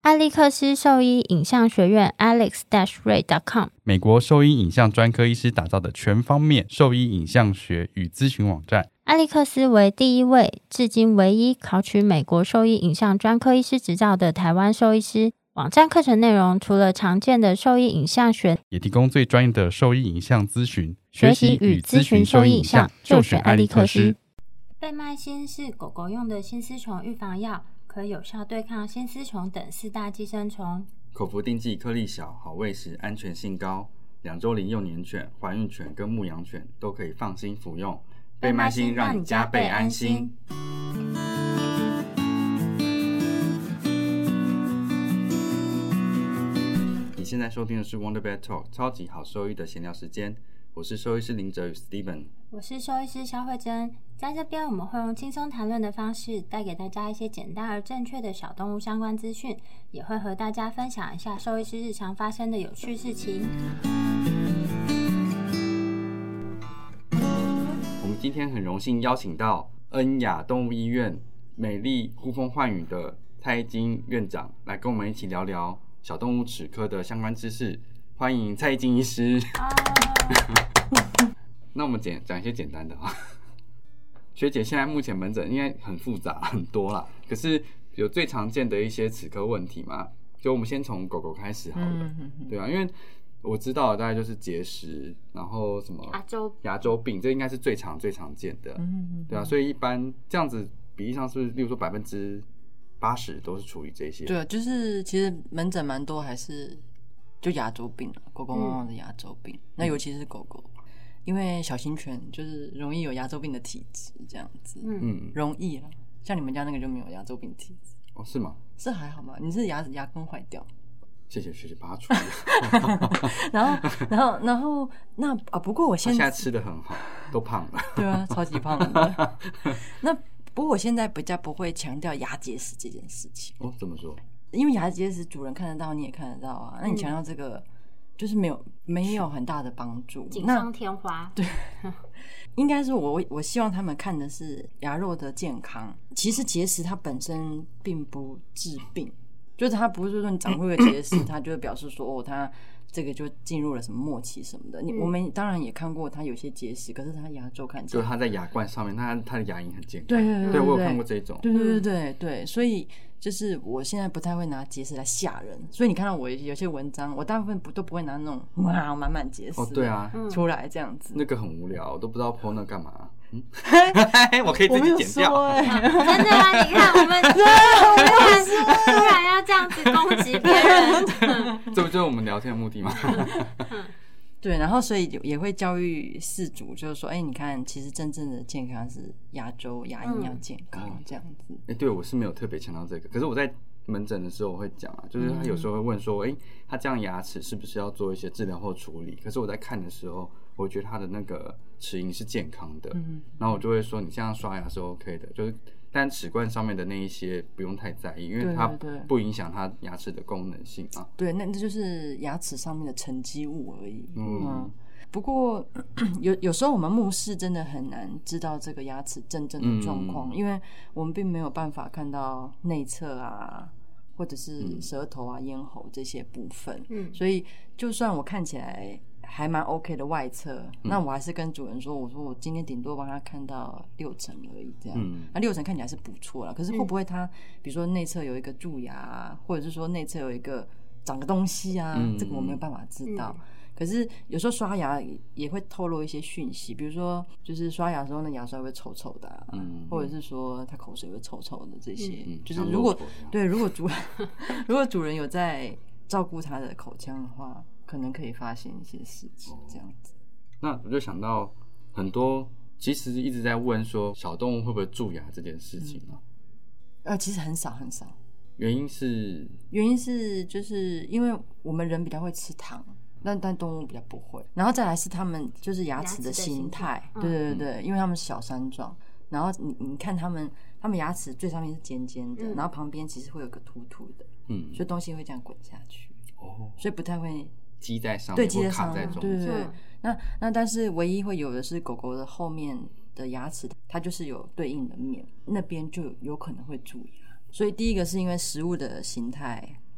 艾利克斯兽医影像学院 alex-ray.com 美国兽医影像专科医师打造的全方面兽医影像学与咨询网站。 艾利克斯为第一位至今唯一考取美国兽医影像专科医师执照的台湾兽医师。网站课程内容除了常见的兽医影像学， 也提供最专业的兽医影像咨询。 学习与咨询兽医影像就选艾利克斯。贝麦新是狗狗用的新丝虫预防药，可有效对抗新丝虫等4大寄生虫。 口服定剂颗粒小，好喂食，安全性高。2周龄幼年犬、怀孕犬跟牧羊犬都可以放心服用。贝麦新让你加倍安心。你现在收听的是 Wonder Vet Talk 超级好兽医的闲聊时间，我是兽医师林哲宇 Steven， 我是兽医师肖慧珍。在这边我们会用轻松谈论的方式带给大家一些简单而正确的小动物相关资讯，也会和大家分享一下兽医师日常发生的有趣事情。 我们今天很荣幸邀请到恩雅动物医院美丽呼风唤雨的蔡金院长来跟我们一起聊聊小动物齿科的相关知识，欢迎蔡金医师。那我们讲一些简单的哈。学姐现在目前门诊应该很复杂很多啦，可是有最常见的一些齿科问题嘛，就我们先从狗狗开始好了，对啊，因为我知道的大概就是结石，然后什么牙周病，这应该是最常见的，对啊，所以一般这样子比例上是不是，例如说80%都是处理这些？ 对啊，就是其实门诊蛮多还是就牙周病了，狗狗猫猫的牙周病，那尤其是狗狗，因为小型犬就是容易有牙周病的体质，这样子，容易啦。像你们家那个就没有牙周病体质哦？是吗？ 是还好吗？你是牙根坏掉？ 谢谢，把它处理。 然后那不过我现在吃得很好，都胖了。 对啊，超级胖的。那不过我现在比较不会强调牙结石这件事情。 哦，怎么说？ 因为牙结石主人看得到，你也看得到啊。那你强调这个，就是没有很大的帮助， 锦上添花。 对，应该是我希望他们看的是牙肉的健康。其实结石它本身并不治病，就是它不是说你长会有结石，它就会表示说它这个就进入了什么末期什么的。我们当然也看过它有些结石，可是它牙周看起来， 就它在牙冠上面，它的牙龈很健康。 对， 我有看过这种。 对，所以就是我现在不太会拿结石来吓人，所以你看到我有些文章，我大部分都不会拿那种满满结石对啊出来这样子， 那个很无聊，我都不知道 po 那干嘛。我可以自己剪掉。 真的啊，你看我们突然要这样子攻击别人， 这不就是我们聊天的目的吗？ 对，然后所以也会教育饲主，就是说，你看，其实真正的健康是牙周、牙龈要健康，这样子。 对，我是没有特别强调这个，可是我在门诊的时候我会讲啊，就是他有时候会问说，他这样牙齿是不是要做一些治疗或处理？可是我在看的时候，我觉得他的那个齿龈是健康的，然后我就会说，你这样刷牙是 OK 的，就是但齿冠上面的那一些不用太在意，因为它不影响它牙齿的功能性啊。 对，那就是牙齿上面的沉积物而已。不过有时候我们目视真的很难知道这个牙齿真正的状况，因为我们并没有办法看到内侧啊，或者是舌头啊、咽喉这些部分。所以就算我看起来还蛮 OK 的外侧，那我还是跟主人说，我说我今天顶多帮他看到60%而已，这样。那60%看起来是不错啦，可是会不会他比如说内侧有一个蛀牙，或者是说内侧有一个长个东西啊，这个我没有办法知道。可是有时候刷牙也会透露一些讯息，比如说就是刷牙的时候那牙刷会臭臭的啊，或者是说他口水会臭臭的，这些就是如果主人有在照顾他的口腔的话，可能可以发现一些事情这样子。 那我就想到很多其实一直在问说小动物会不会蛀牙这件事情啊。 其实很少很少。 原因是就是因为我们人比较会吃糖，但动物比较不会。然后再来是他们就是牙齿的形态，对，因为他们是小山状，然后你看他们牙齿最上面是尖尖的，然后旁边其实会有个凸凸的，所以东西会这样滚下去，所以不太会积在上面， 对，积在上面， 卡在中间。 对。那但是唯一会有的是狗狗的后面的牙齿，它就是有对应的面，那边就有可能会蛀牙。所以第一个是因为食物的形态，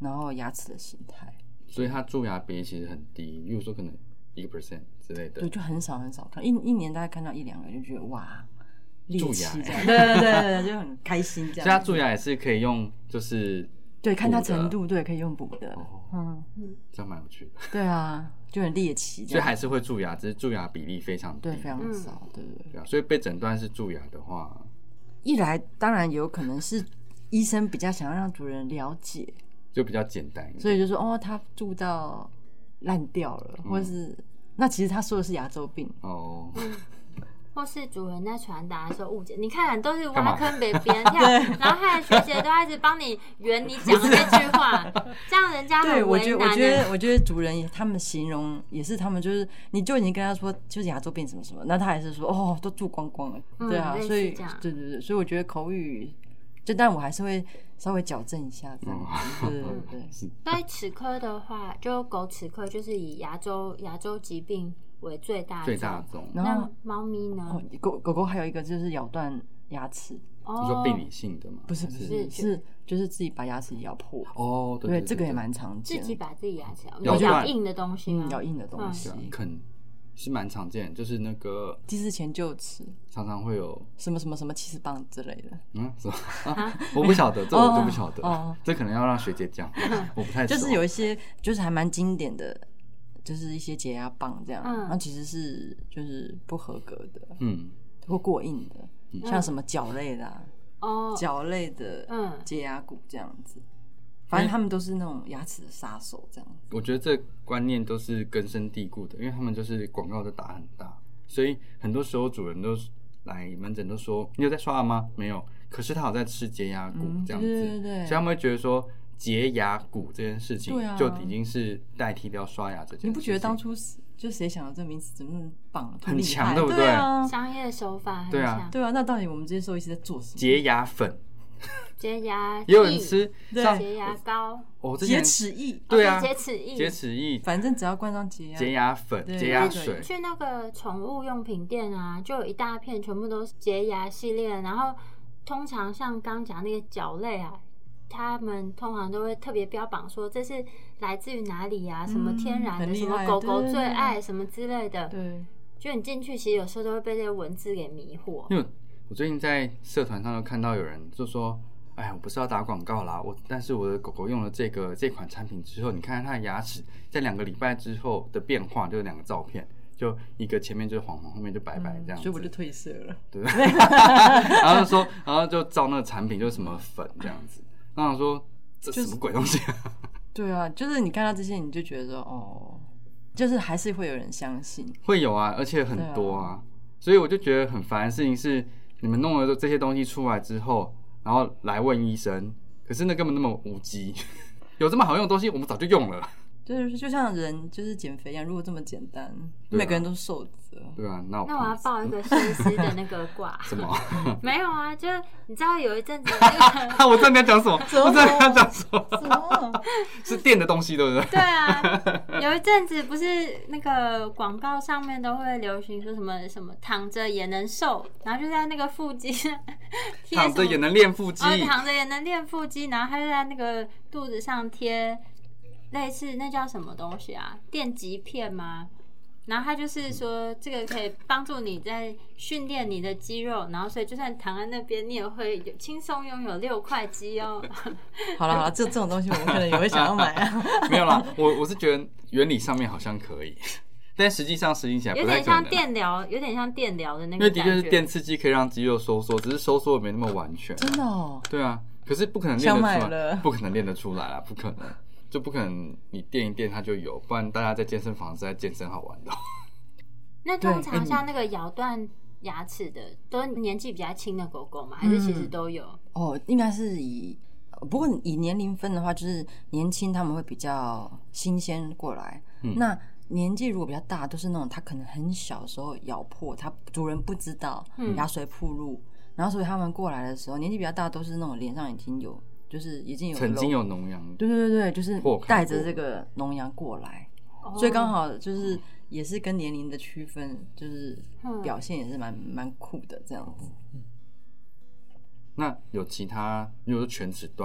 然后牙齿的形态。 所以它蛀牙比例其实很低，例如说可能1% 之类的。 对，就很少很少看，一年大概看到1-2个就觉得哇， 蛀牙这样，对，就很开心这样。 所以它蛀牙也是可以用，就是对，看它程度，对，可以用补的。 这样蛮有趣的。 对啊，就很猎奇。 所以还是会蛀牙，只是蛀牙比例非常低， 对，非常少，对。 对啊，所以被诊断是蛀牙的话， 一来当然有可能是医生比较想要让主人了解， 就比较简单一点， 所以就说哦，他蛀到烂掉了，或者是那其实他说的是牙周病哦。 或是主人在传达的时候误解，你看都是挖坑给别人跳，然后害学姐都一直帮你圆你讲的那句话，这样人家很为难。 我觉得主人他们形容也是，他们就是你就已经跟他说就是牙周病什么什么，那他还是说哦都蛀光光了，对啊，所以对，所以我觉得口语就但我还是会稍微矫正一下这样，对。 在齿科的话，就狗齿科就是以牙周疾病为最大宗， 然后猫咪呢？ 狗狗还有一个就是咬断牙齿， 你说病理性的吗？ 不是，就是自己把牙齿咬破。 哦，对， 这个也蛮常见。 自己把自己牙齿咬硬的东西吗？ 咬硬的东西， 啃是蛮常见，就是那个第4前臼齿常常会有什么70磅之类的。 什么我不晓得，这我就不晓得，这可能要让学姐讲，我不太熟。 就是有一些就是还蛮经典的。就是一些洁牙棒这样，那其实是就是不合格的，或过硬的，像什么角类的，角类的洁牙骨这样子，反正他们都是那种牙齿的杀手这样子。 我觉得这观念都是根深蒂固的，因为他们就是广告都打很大，所以很多时候主人都来门诊都说：“你有在刷牙吗？”没有，可是他有在吃洁牙骨这样子， 对， 所以他们会觉得说。洁牙骨这件事情，就已经是代替掉刷牙这件事情。 你不觉得当初就谁想到这名词怎么那么棒， 很强，对不对？ 商业手法很强。 对啊，那到底我们这些兽医师在做什么？ 洁牙粉、 洁牙也有人吃， 洁牙膏、 洁齿液， 对啊， 洁齿液， 反正只要灌上洁牙粉、洁牙水。 去那个宠物用品店啊，就有一大片全部都是洁牙系列，然后通常像刚讲那个角类啊。他们通常都会特别标榜说这是来自于哪里啊，什么天然的，什么狗狗最爱什么之类的。 对， 就你进去，其实有时候都会被这些文字给迷惑。 因为我最近在社团上都看到有人就说：“哎，我不是要打广告啦，但是我的狗狗用了这款产品之后，你看它的牙齿在2个礼拜之后的变化，就是2个照片。”就一个前面就是黄黄，后面就白白这样子， 所以我就褪色了。 对，然后说，然后就照那个产品就是什么粉这样子。那我说这什么鬼东西啊？ 对啊，就是你看到这些，你就觉得就是还是会有人相信， 会有啊，而且很多啊，所以我就觉得很烦的事情是，你们弄了这些东西出来之后，然后来问医生，可是那根本那么无稽，有这么好用的东西，我们早就用了。 就是就像人就是减肥一样，如果这么简单，每个人都瘦子。 对啊，那我要报一个兽医师的那个卦。 什么？ 没有啊，就你知道有一阵子那个，我知道你要讲什么，我知道你要讲什么，是电的东西，对不对？ 对啊，有一阵子不是那个广告上面都会流行说什么什么躺着也能瘦，然后就在那个腹肌躺着也能练腹肌， 躺着也能练腹肌，然后他就在那个肚子上贴。类似那叫什么东西啊？电极片吗？然后他就是说，这个可以帮助你在训练你的肌肉，然后所以就算躺在那边，你也会轻松拥有6块肌哦。 好了，这种东西我们可能也会想要买啊。 没有啦，我是觉得原理上面好像可以，但实际上实行起来不太可能。 有点像电疗，有点像电疗的那个感觉。 因为的确是电刺激可以让肌肉收缩，只是收缩没那么完全。 真的哦。 对啊，可是不可能练得出来，不可能练得出来啦，不可能。就不可能你垫一垫它就有，不然大家在健身房是在健身好玩的。 那通常像那个咬断牙齿的，都是年纪比较轻的狗狗吗？还是其实都有？ 应该是不过以年龄分的话，就是年轻他们会比较新鲜过来，那年纪如果比较大，都是那种他可能很小的时候咬破，他主人不知道，牙髓暴露，然后所以他们过来的时候，年纪比较大都是那种脸上已经有。就是已经有曾经有脓疡， 对，就是带着这个脓疡过来，所以刚好就是也是跟年龄的区分，就是表现也是蛮酷的这样子。 那有其他，比如说犬齿断，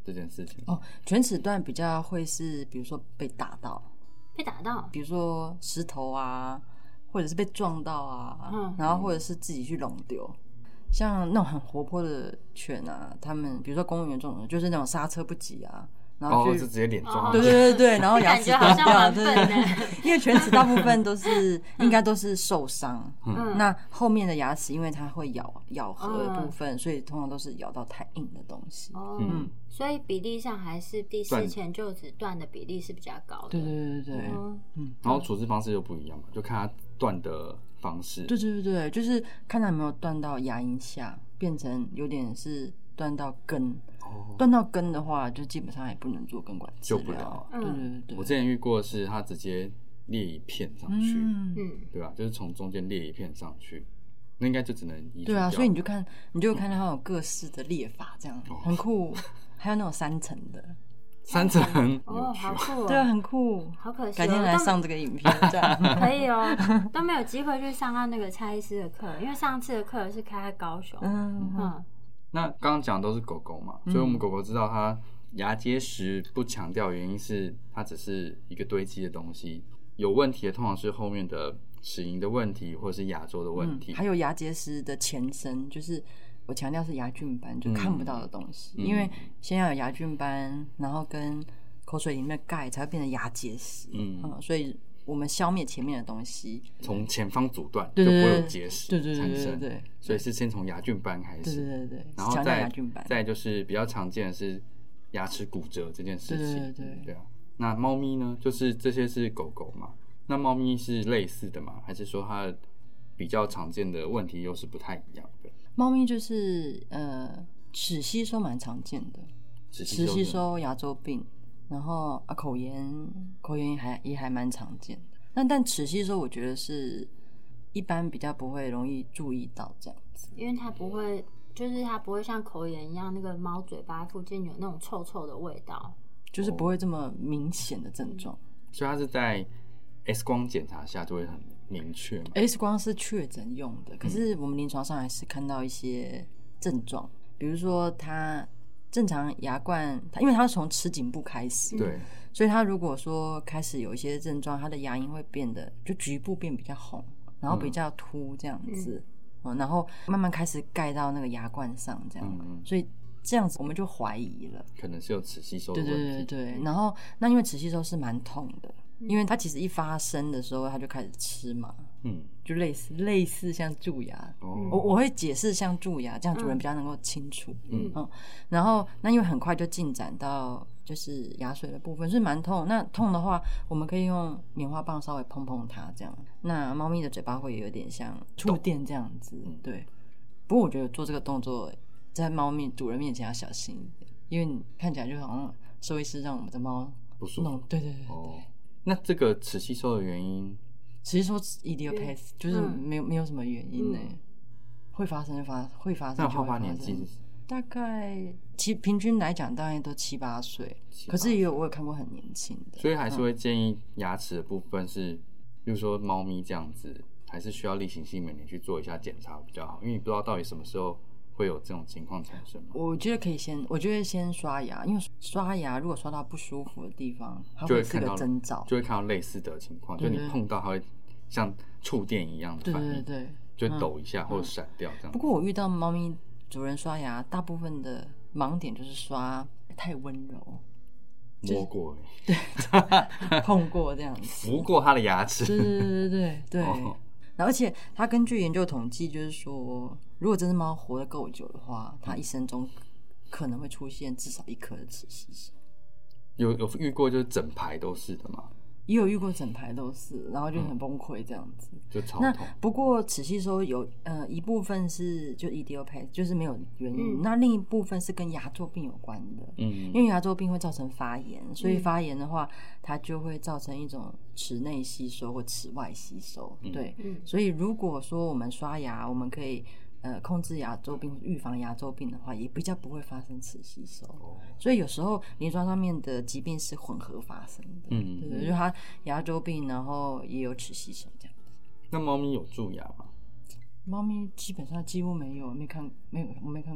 这件事情？ 犬齿断比较会是，比如说被打到，比如说石头啊，或者是被撞到啊，然后或者是自己去弄丢。像那种很活泼的犬啊，他们比如说公务员这种，就是那种刹车不及啊，然后就直接脸撞。 对，然后牙齿断掉， 对， 因为犬齿大部分都是应该都是受伤，那后面的牙齿因为它会咬合的部分，所以通常都是咬到太硬的东西。 所以比例上还是第4前臼齿断的比例是比较高的。 对， 然后处置方式又不一样嘛，就看它断的方式。 对，就是看它有没有断到牙龈下，变成有点是断到根。断到根的话，就基本上也不能做根管治疗， 救不了。 对。 我之前遇过的是，它直接裂一片上去，对吧？就是从中间裂一片上去，那应该就只能移除掉。 对啊，所以你就看到它有各式的裂法，这样很酷。还有那种3层的 ，3层好酷对啊，很酷， 好可惜。 改天来上这个影片，这样可以都没有机会去上到那个蔡医师的课，因为上次的课是开在高雄。 那刚刚讲的都是狗狗嘛，所以我们狗狗知道它牙结石不强调原因是它只是一个堆积的东西，有问题的通常是后面的齿龈的问题或者是牙周的问题， 还有牙结石的前身，就是我强调是牙菌斑，就看不到的东西，因为先要有牙菌斑，然后跟口水里面的钙才会变成牙结石，所以我们消灭前面的东西， 从前方阻断就不会有结石产生， 对， 所以是先从牙菌斑开始， 对， 然后再就是比较常见的是牙齿骨折这件事情，对啊。那猫咪呢？就是这些是狗狗嘛？那猫咪是类似的吗？还是说它比较常见的问题又是不太一样的？ 猫咪就是齿吸收蛮常见的，齿吸收、牙周病。然后口炎也还蛮常见的，但齿吸收我觉得是一般比较不会容易注意到这样子， 因为它不会像口炎一样，那个猫嘴巴附近有那种臭臭的味道， 就是不会这么明显的症状， 所以它是在 X 光检查下就会很明确嘛。 X 光是确诊用的，可是我们临床上还是看到一些症状，比如说它正常牙冠，因为它是从齿颈部开始， 对， 所以它如果说开始有一些症状，它的牙龈会变得就局部变比较红，然后比较凸这样子，然后慢慢开始盖到那个牙冠上这样，所以这样子我们就怀疑了， 可能是有齿吸收的问题。 对，然后那因为齿吸收是蛮痛的，因为它其实一发生的时候，它就开始吃嘛，就类似像蛀牙，我会解释像蛀牙，这样主人比较能够清楚，然后那因为很快就进展到就是牙髓的部分，是蛮痛。那痛的话，我们可以用棉花棒稍微碰碰它，这样。那猫咪的嘴巴会有点像触电这样子，对。不过我觉得做这个动作在猫咪主人面前要小心一点，因为你看起来就好像兽医师让我们的猫不舒服。 对。 那这个齿吸收的原因？ 其实说 idiopathy 就是没有什么原因呢，会发生就会发生。 那花年纪大概平均来讲大概都7、8岁，可是我有看过很年轻的， 所以还是会建议牙齿的部分是，比如说猫咪这样子，还是需要例行性每年去做一下检查比较好，因为你不知道到底什么时候会有这种情况产生。我觉得先刷牙，因为刷牙如果刷到不舒服的地方，它会是个征兆， 就会看到类似的情况，就你碰到它会像触电一样的反应，对，就抖一下或者闪掉这样。 不过我遇到猫咪主人刷牙，大部分的盲点就是刷太温柔， 摸过， 对，碰过这样子， 扶过它的牙齿， 对。而且它根据研究统计，就是说，如果这只猫活得够久的话，它一生中可能会出现至少1颗的齿吸收。 有遇过就是整排都是的吗？ 也有遇过整排都是，然后就很崩溃这样子， 就超痛。 那不过齿吸收有一部分是就 idiopathic， 就是没有原因，那另一部分是跟牙周病有关的，因为牙周病会造成发炎，所以发炎的话，它就会造成一种齿内吸收或齿外吸收，对，所以如果说我们刷牙，我们可以控制牙周病、预防牙周病的话，也比较不会发生齿吸收。所以有时候临床上面的疾病是混合发生的，对，就是它牙周病，然后也有齿吸收这样。 那猫咪有蛀牙吗？ 猫咪基本上几乎没有，我没看过。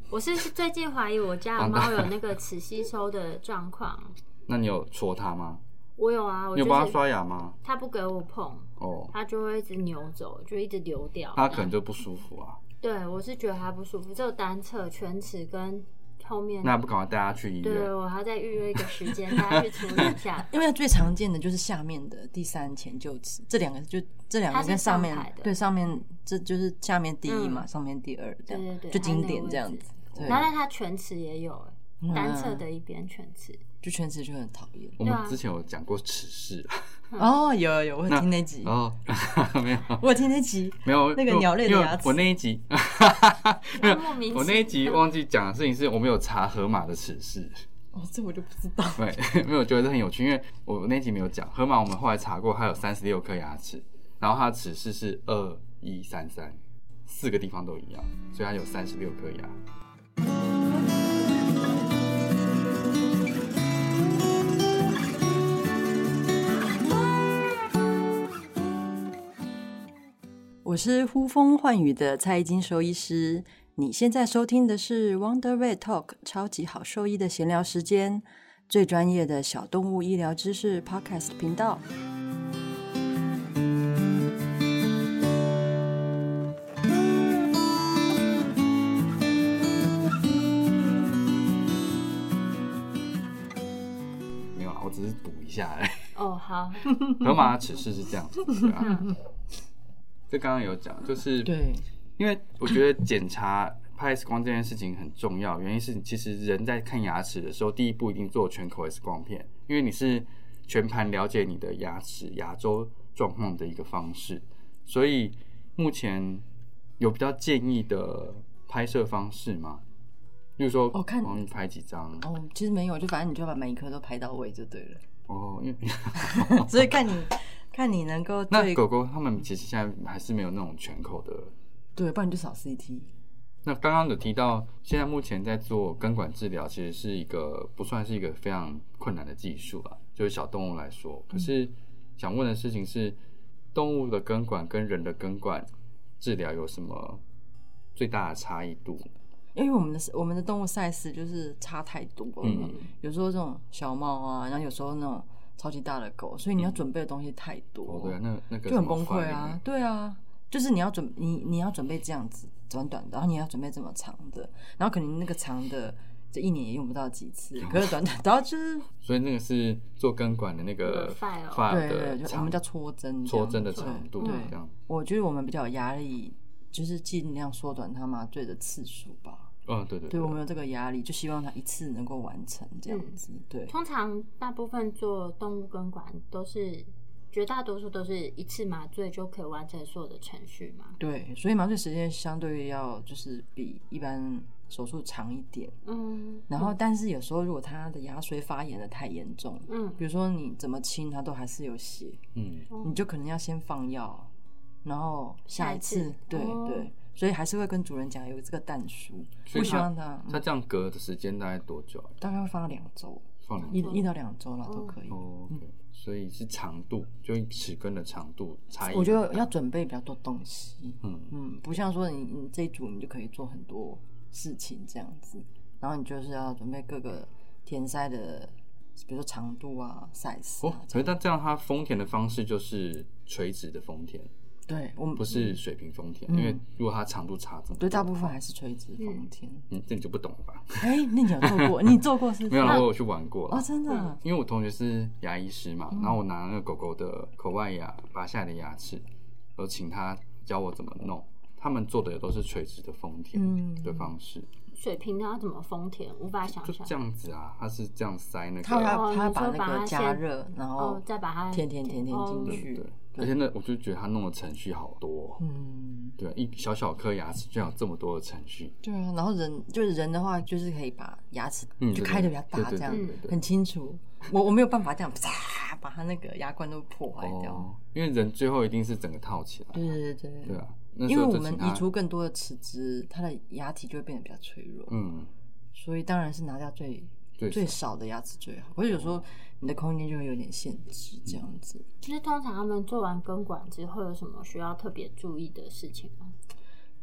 我是最近怀疑我家的猫有那个齿吸收的状况。 那你有戳它吗？ 我有啊， 你有帮它刷牙吗？ 它不给我碰，它就会一直扭走，就一直流掉。 它可能就不舒服啊。 对，我是觉得它不舒服，只有单侧犬齿跟后面。 那不赶快带它去医院？ 对，我还要再预约一个时间带它去处理一下。 因为最常见的就是下面的第三前臼齿，这两个跟上面对上面这就是下面第一嘛，上面第二这样， 对， 就经典这样子。 然后它犬齿也有，单侧的一边犬齿。 就犬齿就很讨厌。 我们之前有讲过齿齿有，我有听那集没有， 我有听那集， 没有那个鸟类的牙齿。 我那一集没有，我那一集忘记讲的事情是我们有查河马的齿势。 这我就不知道。 对，没有，我觉得很有趣，因为我那一集没有讲河马，我们后来查过，它有36颗牙齿，然后它的齿势是2、1、3、3，4个地方都一样，所以它有36颗牙。 我是呼风唤雨的蔡依金兽医师，你现在收听的是 Wonder Vet Talk 超级好兽医的闲聊时间，最专业的小动物医疗知识 Podcast 频道。 没有啦，我只是补一下而已。 好。 河马的齿势是这样子，对啊。这刚刚有讲，就是对， 因为我觉得检查拍 X 光这件事情很重要，原因是其实人在看牙齿的时候，第一步一定做全口 X 光片，因为你是全盘了解你的牙齿牙周状况的一个方式，所以目前有比较建议的拍摄方式吗？例如说，帮你拍几张？ 其实没有，就反正你就把每一颗都拍到位就对了。 因为所以看你能够那狗狗他们其实现在还是没有那种全口的， 对，不然你就扫 CT。 那刚刚有提到，现在目前在做根管治疗，其实是一个不算是一个非常困难的技术啦，就是小动物来说。可是想问的事情是，动物的根管跟人的根管治疗有什么最大的差异度？ 因为我们的动物 size 就是差太多了，有时候这种小猫啊，然后有时候那种超级大的狗，所以你要准备的东西太多， 对啊，那个就很崩溃啊，对啊，就是你要准备这样子短短的，然后你要准备这么长的，然后可能那个长的这1年也用不到几次，可是短短，然后就是， 所以那个是做根管的那个 file 的对，我们叫戳针的长度，这样。 我觉得我们比较有压力，就是尽量缩短它麻醉的次数吧。 对， 我们有这个压力，就希望它一次能够完成这样子。对， 通常大部分做动物根管都是绝大多数都是一次麻醉就可以完成所有的程序嘛。 对，所以麻醉时间相对要就是比一般手术长一点。然后但是有时候如果它的牙髓发炎的太严重，比如说你怎么清它都还是有血，你就可能要先放药，然后下一次，对。所以还是会跟主人讲有这个弹书，不希望它这样隔的时间大概多久？ 大概会放到2周，1到2周啦都可以。 所以是长度，就齿根的长度差异。 我觉得要准备比较多东西，不像说你这一组你就可以做很多事情这样子，然后你就是要准备各个填塞的，比如说长度啊、size 啊。 可是但这样它封填的方式就是垂直的封填。 对，我们不是水平封填，因为如果它长度差这么多， 对，大部分还是垂直封填。 这你就不懂了吧？ 那你有做过？你做过是？ 没有，我有去玩过了。 真的？ 因为我同学是牙医师嘛，然后我拿那个狗狗的口外牙拔下来的牙齿，我请他教我怎么弄。他们做的也都是垂直的封填的方式。 水平的要怎么封填？无法想象。 就这样子啊，它是这样塞那个， 他把那个加热，然后再把它填进去。 而且我就觉得他弄的程序好多，对，一小颗牙齿就有这么多的程序。 对啊，然后人的话，就是可以把牙齿就开得比较大，这样很清楚。我没有办法这样啪把他那个牙冠都破坏掉， 因为人最后一定是整个套起来。 对啊， 因为我们移除更多的齿质，它的牙体就会变得比较脆弱。所以当然是拿掉最少的牙齿最好，可是有时候你的空间就会有点限制，这样子。 就是通常他们做完根管之后有什么需要特别注意的事情吗？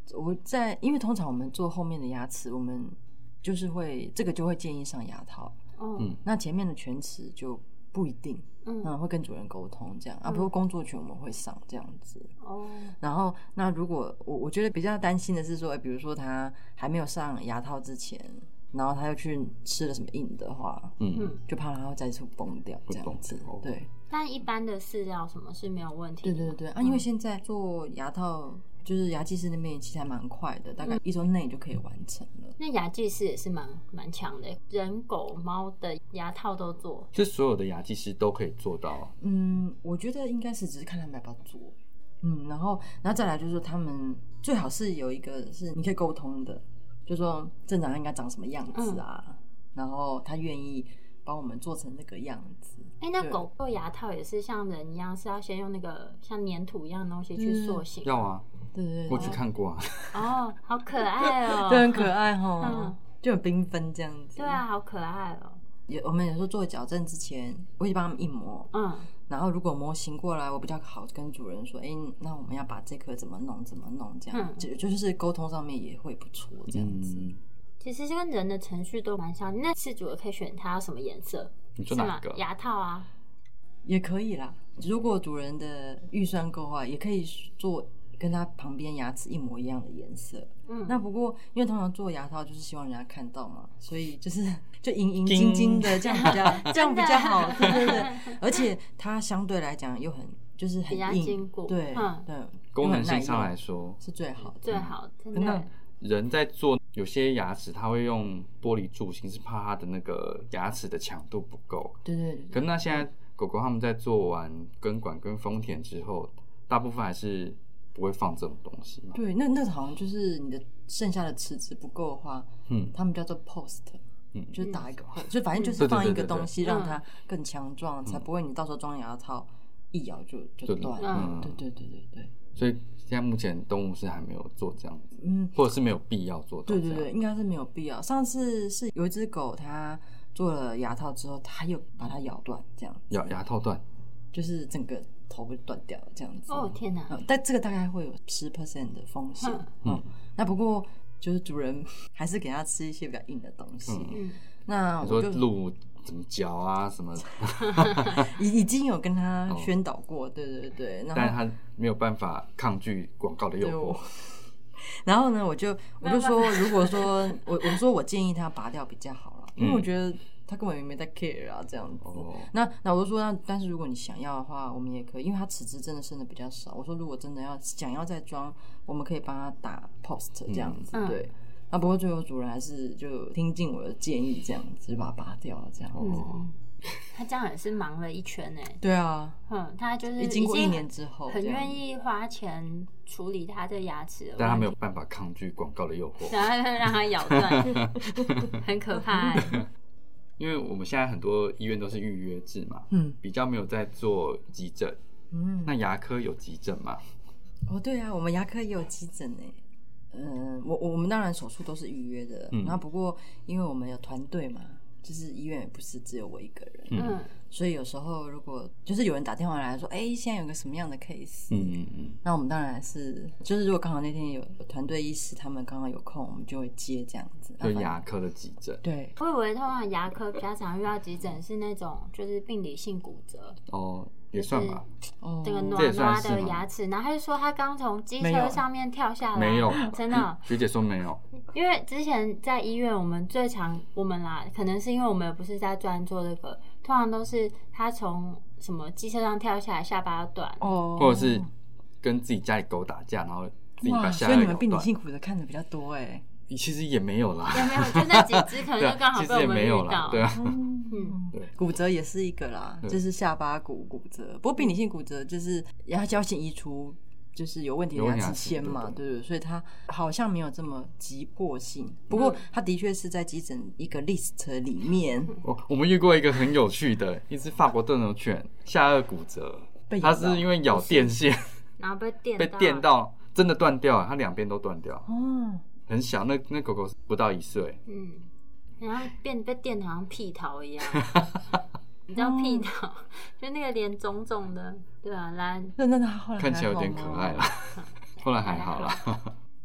因为通常我们做后面的牙齿，我们就是就会建议上牙套。那前面的全齿就不一定，会跟主人沟通这样啊。不过工作群我们会上这样子。然后那如果我觉得比较担心的是说，比如说他还没有上牙套之前，然后他又去吃了什么硬的话，就怕他会再次崩掉这样子。对。 但一般的饲料什么是没有问题的。 对因为现在做牙套，就是牙技师那边其实还蛮快的，大概1周内就可以完成了。 那牙技师也是蛮强的，人、狗、猫的牙套都做， 是所有的牙技师都可以做到？ 我觉得应该是只是看他们要不要做。然后再来就是说，他们最好是有一个是你可以沟通的，就是说正常应该长什么样子啊，然后他愿意帮我们做成那个样子。 那狗做牙套也是像人一样，是要先用那个像粘土一样的东西去塑形？ 要啊， 对， 我去看过啊。 好可爱哦， 对，很可爱齁，就很缤纷这样子。 对啊，好可爱哦。 我们有时候做矫正之前，我会帮他们印模，然后如果模型过来，我比较好跟主人说，那我们要把这颗怎么弄这样，就是沟通上面也会不错这样子。 其实跟人的程序都蛮像，那饲主也可以选它要什么颜色。 你说哪个？ 牙套啊， 也可以啦。如果主人的预算够的话，也可以做跟他旁边牙齿一模一样的颜色。那不过因为通常做牙套就是希望人家看到嘛，所以就银银晶晶的，这样比较好。对。而且它相对来讲又很比较坚固， 对， 功能性上来说是最好的， 真的。 人在做有些牙齿，他会用玻璃柱形，是怕他的那个牙齿的强度不够。 对。 可是那现在狗狗他们在做完根管跟丰田之后，大部分还是不会放这种东西嘛。 对，那好像就是你的剩下的齿质不够的话，他们叫做 post，就是打一个 post，就反正就是放一个东西让它更强壮，才不会你到时候装牙套一咬就断。对。 所以现在目前动物是还没有做这样子，或者是没有必要做到这样。 对，应该是没有必要。上次是有一只狗，它做了牙套之后，它又把它咬断，这样子。 牙套断， 就是整个头会断掉这样子。 天哪！ 但这个大概会有10% 的风险。那不过就是主人还是给它吃一些比较硬的东西。那我就鹿怎么嚼啊什么已经有跟他宣导过，对， 但是他没有办法抗拒广告的诱惑。 然后呢，我就说，如果说我说我建议他拔掉比较好了，因为我觉得他根本也没在 care 啊这样子。那我就说，但是如果你想要的话，我们也可以，因为他齿质真的剩的比较少。我说如果真的想要再装，我们可以帮他打 post 这样子，对。不过最后主人还是就听进我的建议，这样子就把它拔掉了，这样子。 他这样也是忙了一圈呢。 对啊， 他就是经过1年之后， 很愿意花钱处理他的牙齿， 但他没有办法抗拒广告的诱惑， 然后让他咬断，很可怕。 因为我们现在很多医院都是预约制嘛，比较没有在做急诊。那牙科有急诊吗？ 对啊，我们牙科也有急诊呢。我们当然手术都是预约的，然后不过因为我们有团队嘛，就是医院也不是只有我一个人，所以有时候如果就是有人打电话来说，现在有个什么样的 case，那我们当然是就是如果刚好那天有团队医师他们刚好有空，我们就会接这样子。 就牙科的急诊。 对， 我以为通常牙科比较常遇到急诊是那种就是病理性骨折。 也算吧， 这个暖暖的牙齿，然后他就说他刚从机车上面跳下来， 没有， 真的， 学姐说没有， 因为之前在医院，我们可能是因为我们也不是在专做这个，通常都是他从什么机车上跳下来，下巴要断， 或者是跟自己家里狗打架，然后自己把下巴咬断。 所以你们病理性骨折看的比较多其实也没有啦， 也没有，就那几只可能就刚好被我们遇到， 对啊， 对，骨折也是一个啦，就是下巴骨折。不过病理性骨折就是要先移除，就是有问题的牙齿先嘛，对，所以它好像没有这么急迫性。不过它的确是在急诊一个 list 里面。 我们遇过一个很有趣的，一只法国斗牛犬下颚骨折，它是因为咬电线， 然后被电到，真的断掉了，它两边都断掉。很小，那狗狗不到1岁。 然后被电得好像屁桃一样，你知道屁桃，就那个脸肿肿的，对啊， 那后来看起来有点可爱啦，后来还好啦。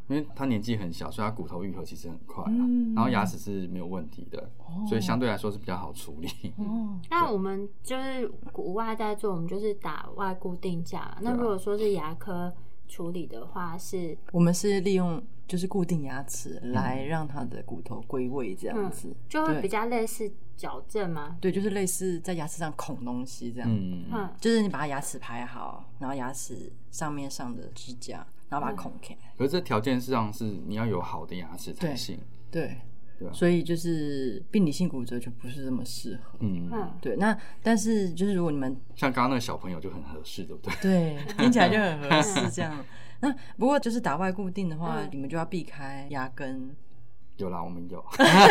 因为他年纪很小，所以他骨头愈合其实很快然后牙齿是没有问题的所以相对来说是比较好处理那我们就是国外在做，我们就是打外固定架那如果说是牙科处理的话，是我们是利用就是固定牙齿来让它的骨头归位这样子就会比较类似矫正吗？ 对，就是类似在牙齿上孔东西这样就是你把牙齿排好，然后牙齿上面上的支架然后把它孔开可是这条件上是你要有好的牙齿才行对所以就是病理性骨折就不是这么适合对，那但是就是如果你们像刚刚那个小朋友就很合适对不对？ 对，听起来就很合适这样那不过就是打外固定的话你们就要避开牙根有啦，我们有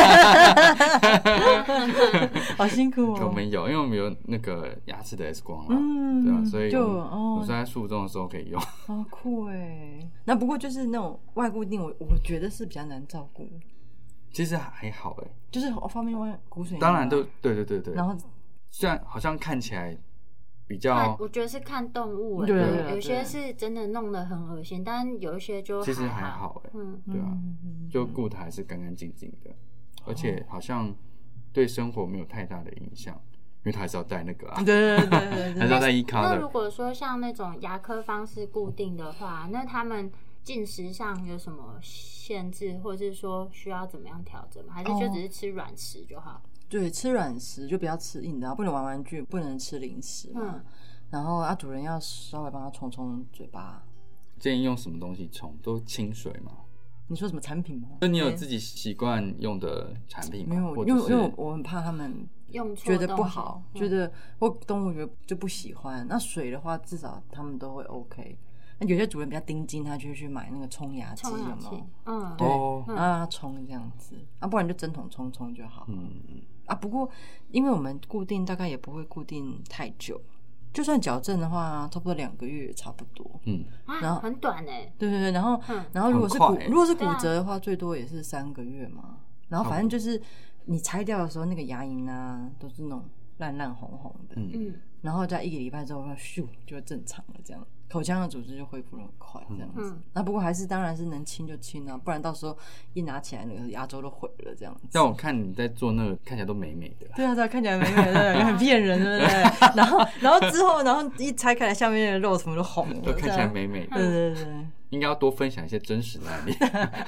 好辛苦我们有，因为我们有那个牙齿的 X 光啦对啊，所以我们在术中的时候可以用好酷耶那不过就是那种外固定我觉得是比较难照顾其实还好就是方面外骨髓当然都对然后虽然好像看起来比较我觉得是看动物有些是真的弄得很恶心但有一些就其实还好对啊就顾得还是干干净净的而且好像对生活没有太大的影响因为他还是要戴那个对还是要戴医卡的那如果说像那种牙科方式固定的话那他们进食上有什么限制或者是说需要怎么样调整吗？还是就只是吃软食就好对，吃软食就不要吃硬的不能玩玩具不能吃零食嘛然后主人要稍微帮他冲冲嘴巴建议用什么东西冲都清水吗？ 你说什么产品吗？ 那你有自己习惯用的产品吗？ 没有因为我很怕他们觉得不好觉得或动物觉得就不喜欢那水的话至少他们都会 OK那有些主人比较盯紧他就会去买那个冲牙机有没有对让他冲这样子不然就针筒冲就好不过因为我们固定大概也不会固定太久就算矫正的话差不多2个月差不多然后很短对然后如果是骨折的话最多也是3个月嘛然后反正就是你拆掉的时候那个牙龈都是那种烂红红的然后在1个礼拜之后咻就正常了这样口腔的组织就恢复得很快这样子那不过还是当然是能清就清不然到时候一拿起来那个牙周都毁了这样子但我看你在做那个看起来都美美的对啊看起来美美的很骗人对不对然后之后一拆开来下面的肉什么都红了都看起来美美的对应该要多分享一些真实的案例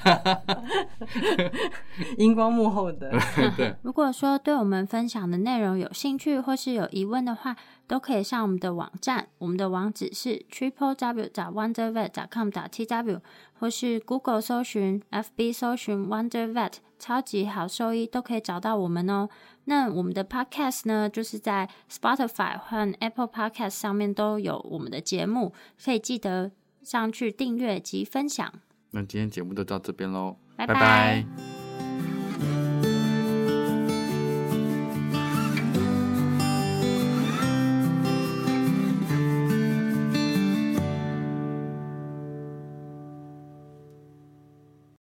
荧光幕后的对如果说对我们分享的内容有兴趣或是有疑问的话都可以上我们的网站我们的网址是 www.wondervet.com.tw 或是 Google 搜寻 FB 搜寻 WonderVet 超级好兽医都可以找到我们那我们的 Podcast 呢就是在 Spotify 和 Apple Podcast 上面都有我们的节目可以记得上去订阅及分享那今天节目就到这边咯拜拜